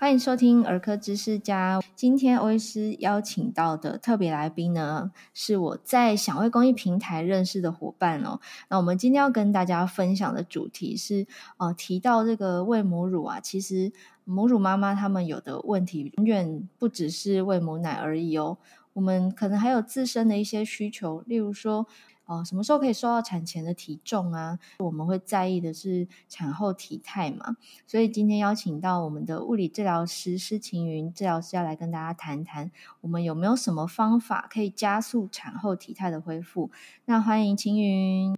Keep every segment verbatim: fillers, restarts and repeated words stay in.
欢迎收听儿科知识家。今天欧医师邀请到的特别来宾呢，是我在享味公益平台认识的伙伴哦。那我们今天要跟大家分享的主题是，呃，提到这个喂母乳啊，其实母乳妈妈她们有的问题远远不只是喂母奶而已哦。我们可能还有自身的一些需求，例如说呃，什么时候可以收到产前的体重啊？我们会在意的是产后体态嘛，所以今天邀请到我们的物理治疗师施晴云治疗师要来跟大家谈谈，我们有没有什么方法可以加速产后体态的恢复？那欢迎晴云。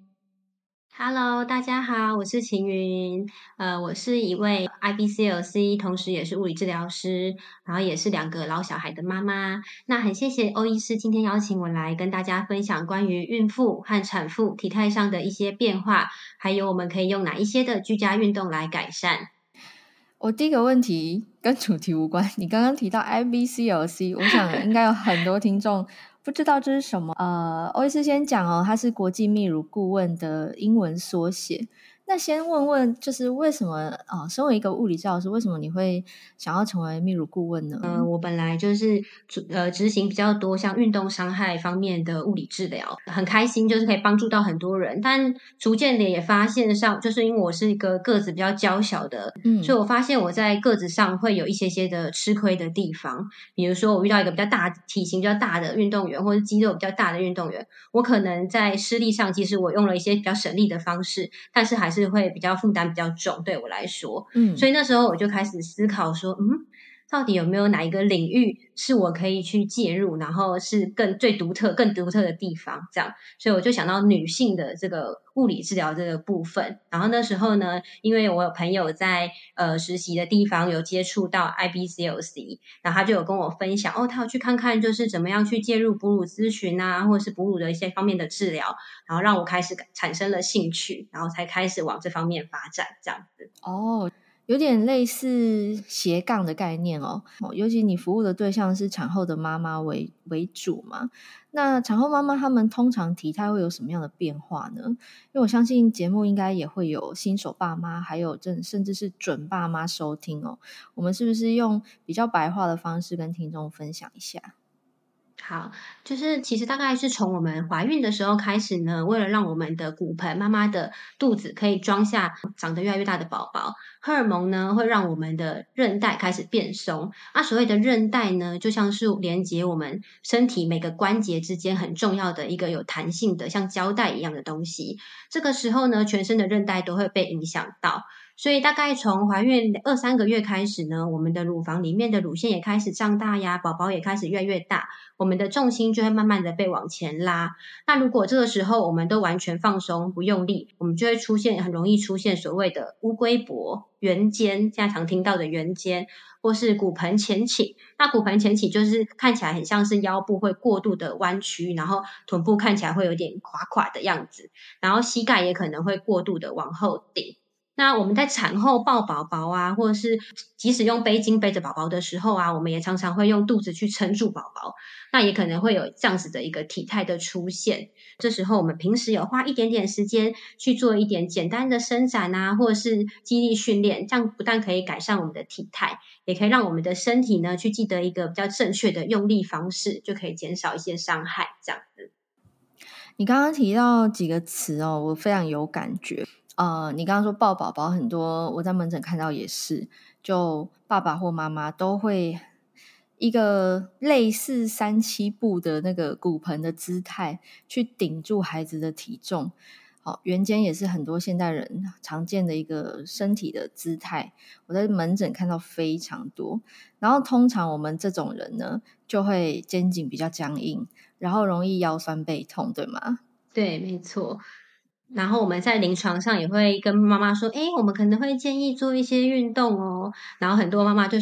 Hello，大家好，我是晴云。呃，我是一位 I B C L C， 同时也是物理治疗师，然后也是两个老小孩的妈妈。那很谢谢欧医师今天邀请我来跟大家分享关于孕妇和产妇体态上的一些变化，还有我们可以用哪一些的居家运动来改善。 我第一个问题跟主题无关，你刚刚提到 I B C L C， 我想应该有很多听众不知道这是什么。呃，欧医师先讲哦，它是国际泌乳顾问的英文缩写。那先问问，就是为什么呃，身为一个物理治疗师，为什么你会想要成为泌乳顾问呢？ 呃，我本来就是呃执行比较多像运动伤害方面的物理治疗，很开心，就是可以帮助到很多人。但逐渐的也发现上，就是因为我是一个个子比较娇小的， 嗯， 所以我发现我在个子上会有一些些的吃亏的地方。比如说，我遇到一个比较大、体型比较大的运动员，或者肌肉比较大的运动员，我可能在施力上，其实我用了一些比较省力的方式，但是还是会比较负担比较重，对我来说。 嗯， 所以那时候我就开始思考说，嗯。到底有没有哪一个领域是我可以去介入，然后是更最独特、更独特的地方？这样，所以我就想到女性的这个物理治疗这个部分。然后那时候呢，因为我有朋友在呃实习的地方有接触到 I B C L C， 然后他就有跟我分享，哦，他有去看看就是怎么样去介入哺乳咨询啊，或者是哺乳的一些方面的治疗，然后让我开始产生了兴趣，然后才开始往这方面发展，这样子。 哦。有点类似斜杠的概念哦，尤其你服务的对象是产后的妈妈为为主嘛。那产后妈妈她们通常体态会有什么样的变化呢？因为我相信节目应该也会有新手爸妈，还有甚甚至是准爸妈收听哦。我们是不是用比较白话的方式跟听众分享一下？ 好，就是其实大概是从我们怀孕的时候开始呢，为了让我们的骨盆妈妈的肚子可以装下长得越来越大的宝宝，荷尔蒙呢会让我们的韧带开始变松。啊，所谓的韧带呢，就像是连接我们身体每个关节之间很重要的一个有弹性的像胶带一样的东西。这个时候呢，全身的韧带都会被影响到。所以大概从怀孕二三个月开始呢，我们的乳房里面的乳腺也开始胀大呀，宝宝也开始越来越大，我们的重心就会慢慢的被往前拉。那如果这个时候我们都完全放松不用力，我们就会出现很容易出现所谓的乌龟脖、圆肩，现在常听到的圆肩，或是骨盆前倾。那骨盆前倾就是看起来很像是腰部会过度的弯曲，然后臀部看起来会有点垮垮的样子，然后膝盖也可能会过度的往后顶。那我们在产后抱宝宝啊，或者是即使用背巾背着宝宝的时候啊，我们也常常会用肚子去撑住宝宝，那也可能会有这样子的一个体态的出现。这时候我们平时有花一点点时间去做一点简单的伸展啊，或者是肌力训练，这样不但可以改善我们的体态，也可以让我们的身体呢去记得一个比较正确的用力方式，就可以减少一些伤害这样子。 你刚刚提到几个词哦，我非常有感觉。呃，你刚刚说抱宝宝，很多我在门诊看到也是，就爸爸或妈妈都会一个类似三七步的那个骨盆的姿态去顶住孩子的体重。好，圆肩也是很多现代人常见的一个身体的姿态，我在门诊看到非常多。然后通常我们这种人呢，就会肩颈比较僵硬，然后容易腰酸背痛，对吗？ 对，没错。然后我们在临床上也会跟妈妈说，诶，我们可能会建议做一些运动哦。然后很多妈妈就说，啊，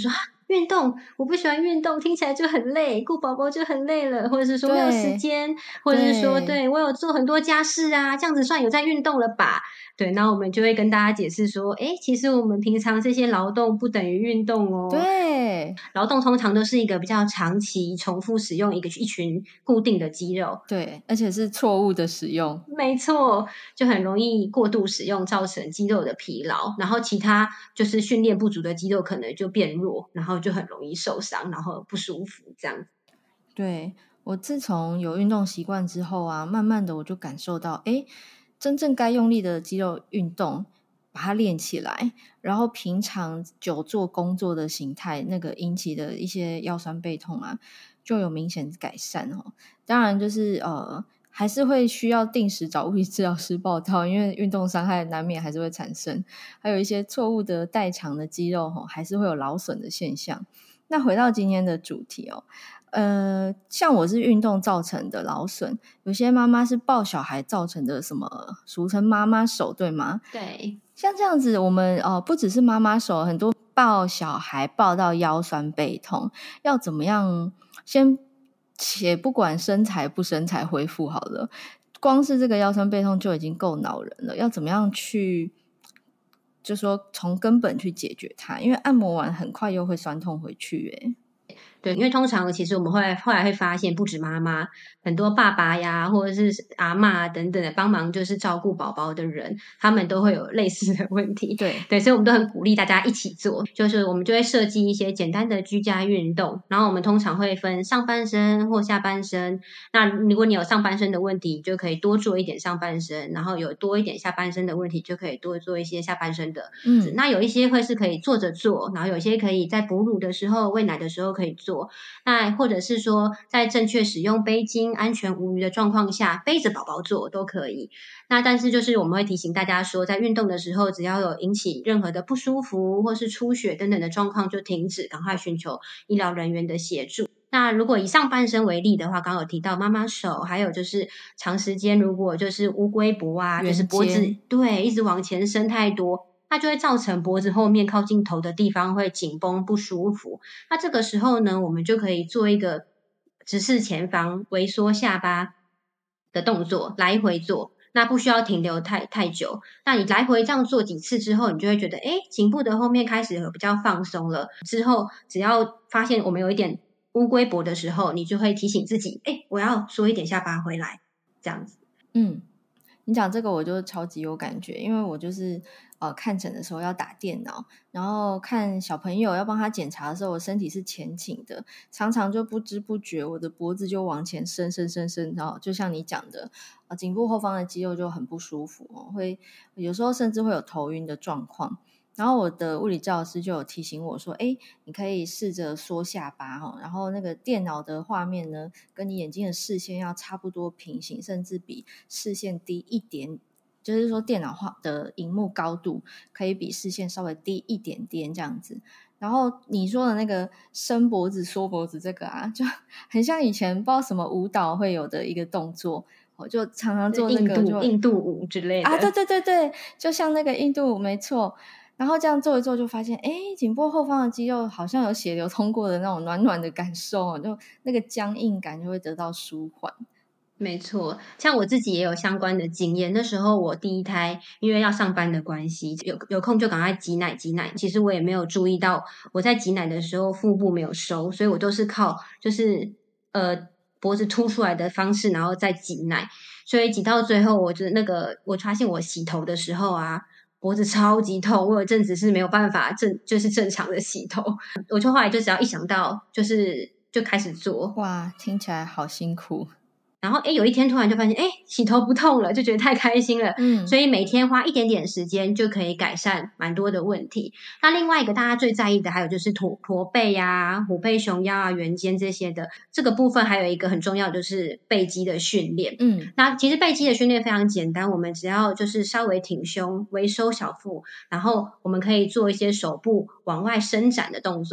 运动我不喜欢运动，听起来就很累，顾宝宝就很累了，或者是说没有时间，或者是说对我有做很多家事啊，这样子算有在运动了吧？对，然后我们就会跟大家解释说，诶，其实我们平常这些劳动不等于运动哦。 对， 劳动通常都是一个比较长期重复使用一个一群固定的肌肉， 对，而且是错误的使用， 没错，就很容易过度使用，造成肌肉的疲劳，然后其他就是训练不足的肌肉可能就变弱，然后就很容易受伤，然后不舒服这样。 对，我自从有运动习惯之后啊，慢慢的我就感受到，诶，真正该用力的肌肉运动，把它练起来，然后平常久坐工作的形态，那个引起的一些腰酸背痛啊，就有明显改善哦。当然就是呃，还是会需要定时找物理治疗师报到，因为运动伤害难免还是会产生，还有一些错误的代偿的肌肉吼，还是会有劳损的现象。那回到今天的主题哦，呃，像我是运动造成的劳损，有些妈妈是抱小孩造成的，什么俗称妈妈手，对吗？ 对， 像这样子，我们呃不只是妈妈手，很多抱小孩抱到腰酸背痛，要怎么样？先且不管身材不身材恢复好了，光是这个腰酸背痛就已经够恼人了，要怎么样去？就说从根本去解决它，因为按摩完很快又会酸痛回去耶。 对，因为通常其实我们会后来会发现，不止妈妈，很多爸爸呀，或者是阿嬷等等的帮忙就是照顾宝宝的人，他们都会有类似的问题。 对对，所以我们都很鼓励大家一起做，就是我们就会设计一些简单的居家运动，然后我们通常会分上半身或下半身。那如果你有上半身的问题，就可以多做一点上半身，然后有多一点下半身的问题，就可以多做一些下半身的。 嗯， 那有一些会是可以坐着做，然后有一些可以在哺乳的时候、喂奶的时候可以做。那或者是说，在正确使用背巾、安全无虞的状况下，背着宝宝做都可以。那但是就是我们会提醒大家说，在运动的时候，只要有引起任何的不舒服或是出血等等的状况，就停止，赶快寻求医疗人员的协助。那如果以上半身为例的话，刚刚有提到妈妈手，还有就是长时间如果就是乌龟脖啊，就是脖子对一直往前伸太多，它就会造成脖子后面靠近头的地方会紧绷不舒服。那这个时候呢，我们就可以做一个直视前方、微缩下巴的动作，来回做。那不需要停留太太久。那你来回这样做几次之后，你就会觉得，哎，颈部的后面开始有比较放松了。之后只要发现我们有一点乌龟脖的时候，你就会提醒自己，哎，我要缩一点下巴回来，这样子。 嗯。你讲这个我就超级有感觉，因为我就是呃看诊的时候要打电脑，然后看小朋友要帮他检查的时候，我身体是前倾的，常常就不知不觉我的脖子就往前伸伸伸伸，然后就像你讲的，呃颈部后方的肌肉就很不舒服哦，会有时候甚至会有头晕的状况。然后我的物理治疗师就有提醒我说，诶，你可以试着缩下巴哦，然后那个电脑的画面呢，跟你眼睛的视线要差不多平行，甚至比视线低一点，就是说电脑画的荧幕高度可以比视线稍微低一点点这样子。然后你说的那个伸脖子、缩脖子这个啊，就很像以前不知道什么舞蹈会有的一个动作，我就常常做那个就印度印度舞之类的啊，对对对对，就像那个印度舞，没错。然后这样做一做，就发现，哎，颈部后方的肌肉好像有血流通过的那种暖暖的感受，就那个僵硬感就会得到舒缓。 没错，像我自己也有相关的经验。那时候我第一胎，因为要上班的关系，有有空就赶快挤奶挤奶。其实我也没有注意到，我在挤奶的时候腹部没有收，所以我都是靠就是呃脖子凸出来的方式，然后再挤奶。所以挤到最后，我就那个我发现我洗头的时候啊，脖子超级痛，我有阵子是没有办法正就是正常的洗头。我就后来就只要一想到，就是就开始做。 哇，听起来好辛苦。 然后诶，有一天突然就发现，诶，洗头不痛了，就觉得太开心了。 嗯， 所以每天花一点点时间就可以改善蛮多的问题。那另外一个大家最在意的还有就是驼驼背呀、虎背熊腰啊、圆肩这些的这个部分，还有一个很重要的就是背肌的训练。 嗯， 那其实背肌的训练非常简单，我们只要就是稍微挺胸、微收小腹，然后我们可以做一些手部往外伸展的动作。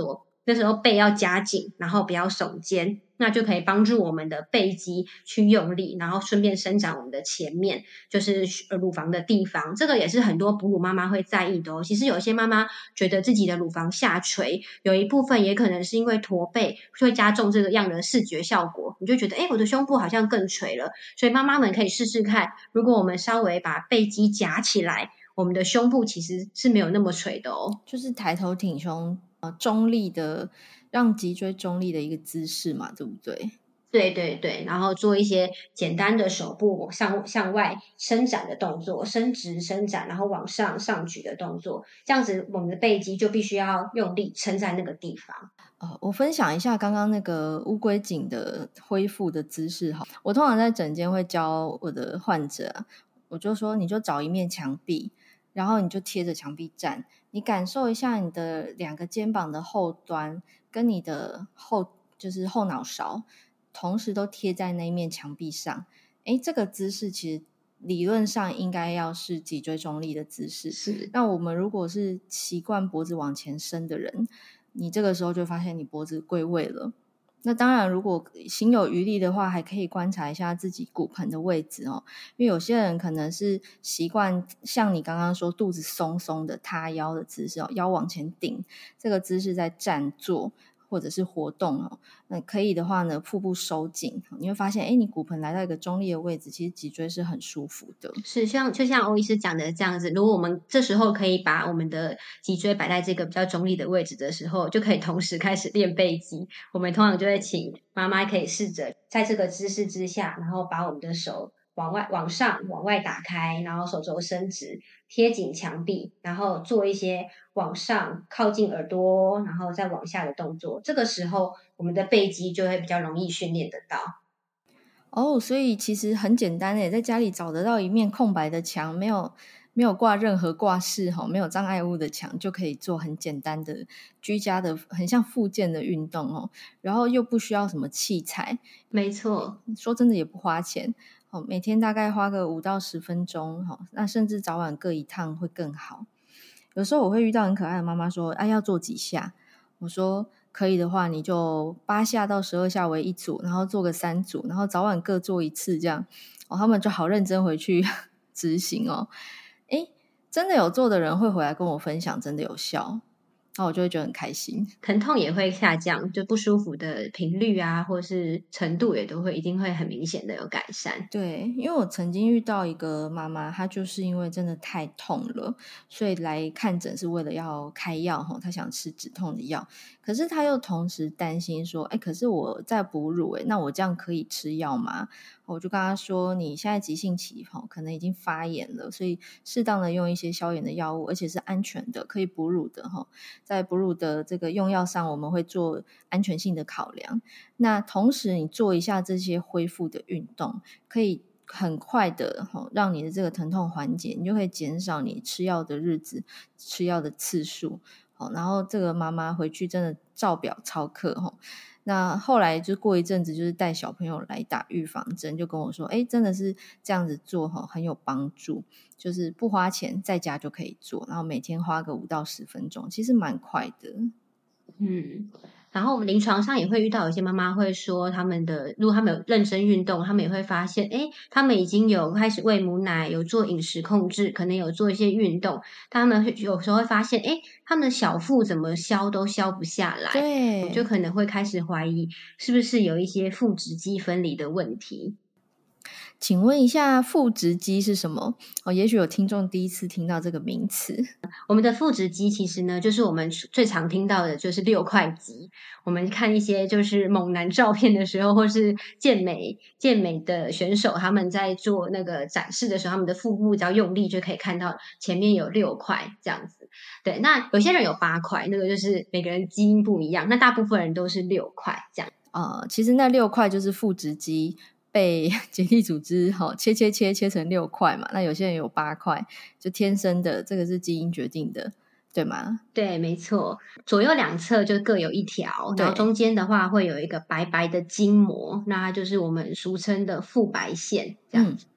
这时候背要夹紧，然后不要耸肩，那就可以帮助我们的背肌去用力，然后顺便伸展我们的前面，就是乳房的地方。这个也是很多哺乳妈妈会在意的哦。其实有一些妈妈觉得自己的乳房下垂，有一部分也可能是因为驼背会加重这个样的视觉效果，你就觉得诶我的胸部好像更垂了。所以妈妈们可以试试看，如果我们稍微把背肌夹起来，我们的胸部其实是没有那么垂的哦。 就是抬头挺胸，呃，中立的，让脊椎中立的一个姿势嘛，对不对？ 对对对，然后做一些简单的手部向向外伸展的动作，伸直伸展，然后往上上举的动作，这样子我们的背肌就必须要用力撑在那个地方。 呃，我分享一下刚刚那个乌龟颈的恢复的姿势哈。我通常在诊间会教我的患者，我就说你就找一面墙壁，然后你就贴着墙壁站，你感受一下你的两个肩膀的后端跟你的后就是后脑勺同时都贴在那一面墙壁上。诶，这个姿势其实理论上应该要是脊椎中立的姿势。 是， 那我们如果是习惯脖子往前伸的人，你这个时候就发现你脖子归位了。那当然如果心有余力的话，还可以观察一下自己骨盆的位置哦，因为有些人可能是习惯像你刚刚说肚子松松的塌腰的姿势哦，腰往前顶，这个姿势在站坐或者是活动哦，那可以的话呢，腹部收紧，你会发现，哎，你骨盆来到一个中立的位置，其实脊椎是很舒服的。 是像就像欧医师讲的这样子，如果我们这时候可以把我们的脊椎摆在这个比较中立的位置的时候，就可以同时开始练背肌。我们通常就会请妈妈可以试着在这个姿势之下，然后把我们的手往外往上往外打开，然后手肘伸直，贴紧墙壁，然后做一些往上靠近耳朵，然后再往下的动作。这个时候我们的背肌就会比较容易训练得到。 哦，所以其实很简单诶，在家里找得到一面空白的墙，没有没有挂任何挂饰哈，没有障碍物的墙，就可以做很简单的居家的很像复健的运动哦，然后又不需要什么器材， 没错， 说真的也不花钱哦，每天大概花个五到十分钟哈，那甚至早晚各一趟会更好。有时候我会遇到很可爱的妈妈说，哎，要做几下？我说可以的话，你就八下到十二下为一组，然后做个三组，然后早晚各做一次，这样哦，他们就好认真回去执行哦。诶，真的有做的人会回来跟我分享，真的有效，那我就会觉得很开心。 疼痛也会下降，就不舒服的频率啊，或是程度也都会一定会很明显的有改善。 对，因为我曾经遇到一个妈妈，她就是因为真的太痛了，所以来看诊是为了要开药哈，她想吃止痛的药，可是她又同时担心说，哎，可是我在哺乳，哎，那我这样可以吃药吗？我就跟她说，你现在急性期哈，可能已经发炎了，所以适当的用一些消炎的药物，而且是安全的，可以哺乳的哈，在哺乳的这个用药上，我们会做安全性的考量。那同时你做一下这些恢复的运动，可以很快的让你的这个疼痛缓解，你就可以减少你吃药的日子，吃药的次数。然后这个妈妈回去真的照表操课。那后来就过一阵子，就是带小朋友来打预防针，就跟我说，哎，真的是这样子做很有帮助，就是不花钱，在家就可以做，然后每天花个五到十分钟，其实蛮快的。 嗯，然后我们临床上也会遇到有些妈妈会说，他们的如果他们有认真运动，他们也会发现，诶，他们已经有开始喂母奶，有做饮食控制，可能有做一些运动，但他们有时候会发现，诶，他们的小腹怎么消都消不下来， 对， 就可能会开始怀疑是不是有一些腹直肌分离的问题。 请问一下腹直肌是什么？哦，也许有听众第一次听到这个名词。 我们的腹直肌其实呢，就是我们最常听到的就是六块肌。我们看一些就是猛男照片的时候，或是健美健美的选手，他们在做那个展示的时候，他们的腹部只要用力就可以看到前面有六块这样子。对，那有些人有八块，那个就是每个人基因不一样。那大部分人都是六块这样。 呃，其实那六块就是腹直肌。被结缔组织好切切切切成六块嘛，那有些人有八块，就天生的，这个是基因决定的，对吗？ 对，没错，左右两侧就各有一条，然后中间的话会有一个白白的筋膜，那它就是我们俗称的腹白线，这样子。 嗯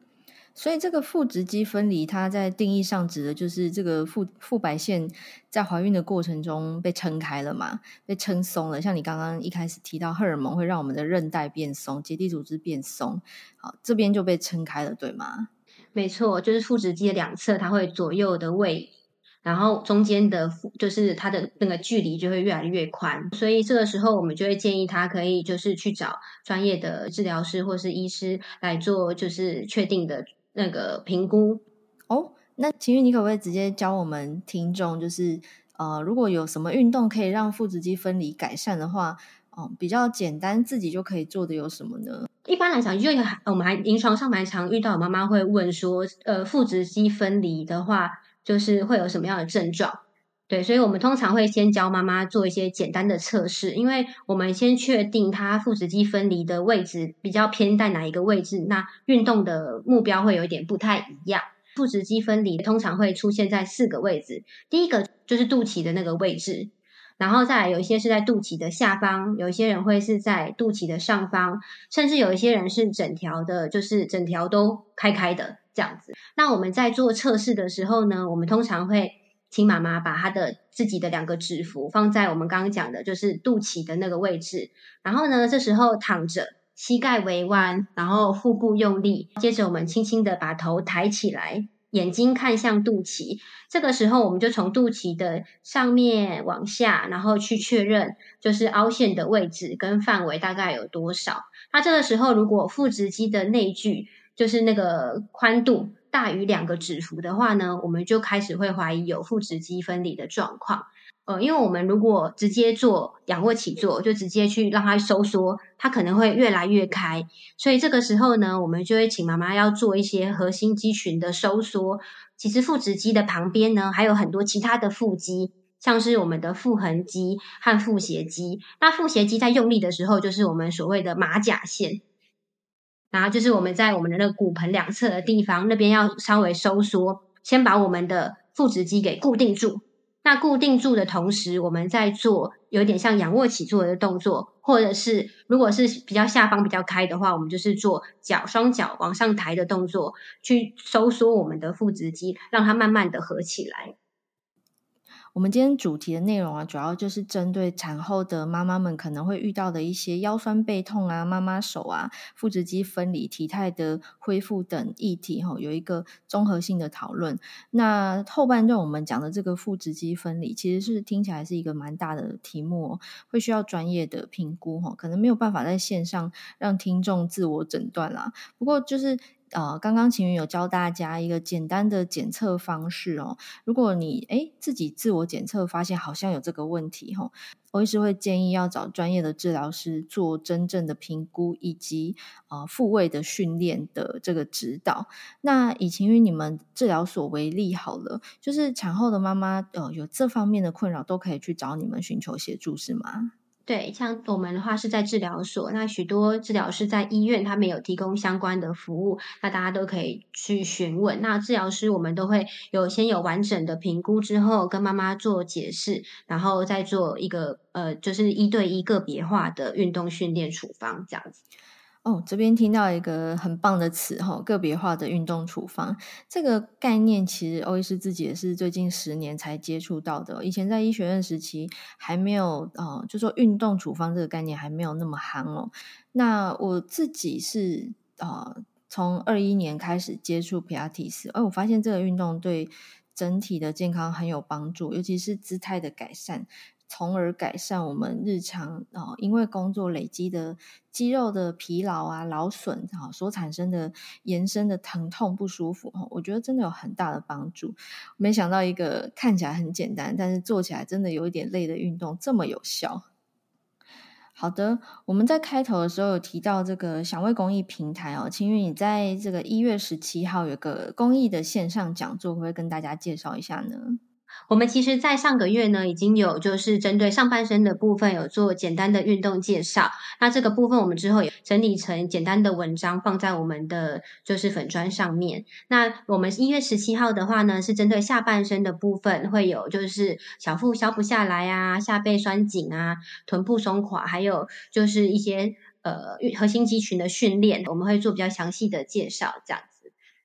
所以这个腹直肌分离，它在定义上指的就是这个腹腹白线在怀孕的过程中被撑开了嘛，被撑松了。像你刚刚一开始提到，荷尔蒙会让我们的韧带变松，结缔组织变松，好，这边就被撑开了，对吗？ 没错，就是腹直肌的两侧，它会左右的位移，然后中间的腹就是它的那个距离就会越来越宽，所以这个时候我们就会建议他可以就是去找专业的治疗师或是医师来做就是确定的那个评估。 哦，那晴雨，你可不可以直接教我们听众，就是呃，如果有什么运动可以让腹直肌分离改善的话，哦、比较简单自己就可以做的有什么呢？ 一般来讲，就有我们还临床上蛮常遇到妈妈会问说，呃，腹直肌分离的话，就是会有什么样的症状？对，所以我们通常会先教妈妈做一些简单的测试，因为我们先确定她腹直肌分离的位置比较偏在哪一个位置，那运动的目标会有一点不太一样。腹直肌分离通常会出现在四个位置，第一个就是肚脐的那个位置。然后再来有一些是在肚脐的下方，有一些人会是在肚脐的上方，甚至有一些人是整条的，就是整条都开开的这样子。那我们在做测试的时候呢，我们通常会请妈妈把她的自己的两个指腹放在我们刚刚讲的就是肚脐的那个位置，然后呢，这时候躺着，膝盖微弯，然后腹部用力，接着我们轻轻的把头抬起来，眼睛看向肚脐，这个时候我们就从肚脐的上面往下，然后去确认就是凹陷的位置跟范围大概有多少。那这个时候如果腹直肌的内距就是那个宽度大于两个指腹的话呢，我们就开始会怀疑有腹直肌分离的状况。呃，因为我们如果直接做仰卧起坐，就直接去让它收缩，它可能会越来越开。所以这个时候呢，我们就会请妈妈要做一些核心肌群的收缩。其实腹直肌的旁边呢，还有很多其他的腹肌，像是我们的腹横肌和腹斜肌。那腹斜肌在用力的时候，就是我们所谓的马甲线。然后就是我们在我们的那个骨盆两侧的地方，那边要稍微收缩，先把我们的腹直肌给固定住。那固定住的同时，我们在做有点像仰卧起坐的动作，或者是如果是比较下方比较开的话，我们就是做脚双脚往上抬的动作，去收缩我们的腹直肌，让它慢慢的合起来。 我们今天主题的内容啊，主要就是针对产后的妈妈们可能会遇到的一些腰酸背痛啊、妈妈手啊、腹直肌分离、体态的恢复等议题，吼，有一个综合性的讨论。那后半段我们讲的这个腹直肌分离，其实是听起来是一个蛮大的题目哦，会需要专业的评估，吼，可能没有办法在线上让听众自我诊断啦。不过就是呃，刚刚晴雨有教大家一个简单的检测方式哦。如果你诶自己自我检测发现好像有这个问题吼，欧医师会建议要找专业的治疗师做真正的评估，以及呃复位的训练的这个指导。那以晴雨你们治疗所为例好了，就是产后的妈妈呃有这方面的困扰，都可以去找你们寻求协助是吗？ 对，像我们的话是在治疗所，那许多治疗师在医院他们有提供相关的服务，那大家都可以去询问。那治疗师我们都会有先有完整的评估之后，跟妈妈做解释，然后再做一个呃，就是一对一个别化的运动训练处方这样子。 哦，这边听到一个很棒的词哈，个别化的运动处方。这个概念其实欧医师自己也是最近十年才接触到的。以前在医学院时期还没有呃，就说运动处方这个概念还没有那么夯哦。那我自己是呃，从二一年开始接触皮拉提斯，而我发现这个运动对整体的健康很有帮助，尤其是姿态的改善。从而改善我们日常哦，因为工作累积的肌肉的疲劳啊、劳损啊所产生的延伸的疼痛不舒服，我觉得真的有很大的帮助。没想到一个看起来很简单，但是做起来真的有一点累的运动这么有效。好的，我们在开头的时候有提到这个享味公益平台哦，晴雨你在这个一月十七号有个公益的线上讲座，会不会跟大家介绍一下呢？ 我们其实在上个月呢，已经有就是针对上半身的部分有做简单的运动介绍。那这个部分我们之后也整理成简单的文章放在我们的就是粉专上面。那我们一月十七号的话呢，是针对下半身的部分会有就是小腹消不下来啊，下背酸紧啊，臀部松垮，还有就是一些呃核心肌群的训练，我们会做比较详细的介绍这样子。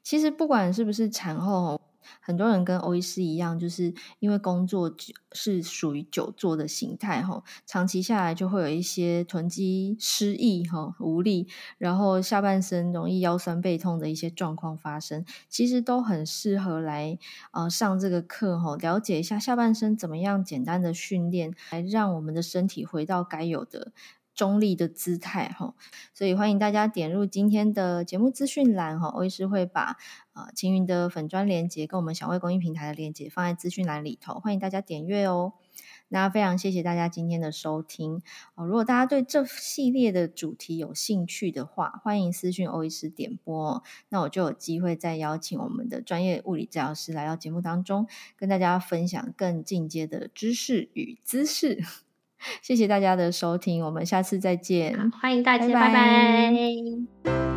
其实不管是不是产后，很多人跟欧医师一样，就是因为工作是属于久坐的形态，长期下来就会有一些臀肌失忆、无力，然后下半身容易腰酸背痛的一些状况发生，其实都很适合来、呃、上这个课，了解一下下半身怎么样简单的训练，来让我们的身体回到该有的中立的姿态。所以欢迎大家点入今天的节目资讯栏，欧医师会把呃晴云的粉专连结跟我们享味公益平台的连结放在资讯栏里头，欢迎大家点阅哦。那非常谢谢大家今天的收听、哦、如果大家对这系列的主题有兴趣的话，欢迎私讯欧医师点播、哦、那我就有机会再邀请我们的专业物理治疗师来到节目当中，跟大家分享更进阶的知识与姿势。谢谢大家的收听，我们下次再见， 好，欢迎大家， 拜拜。 拜拜。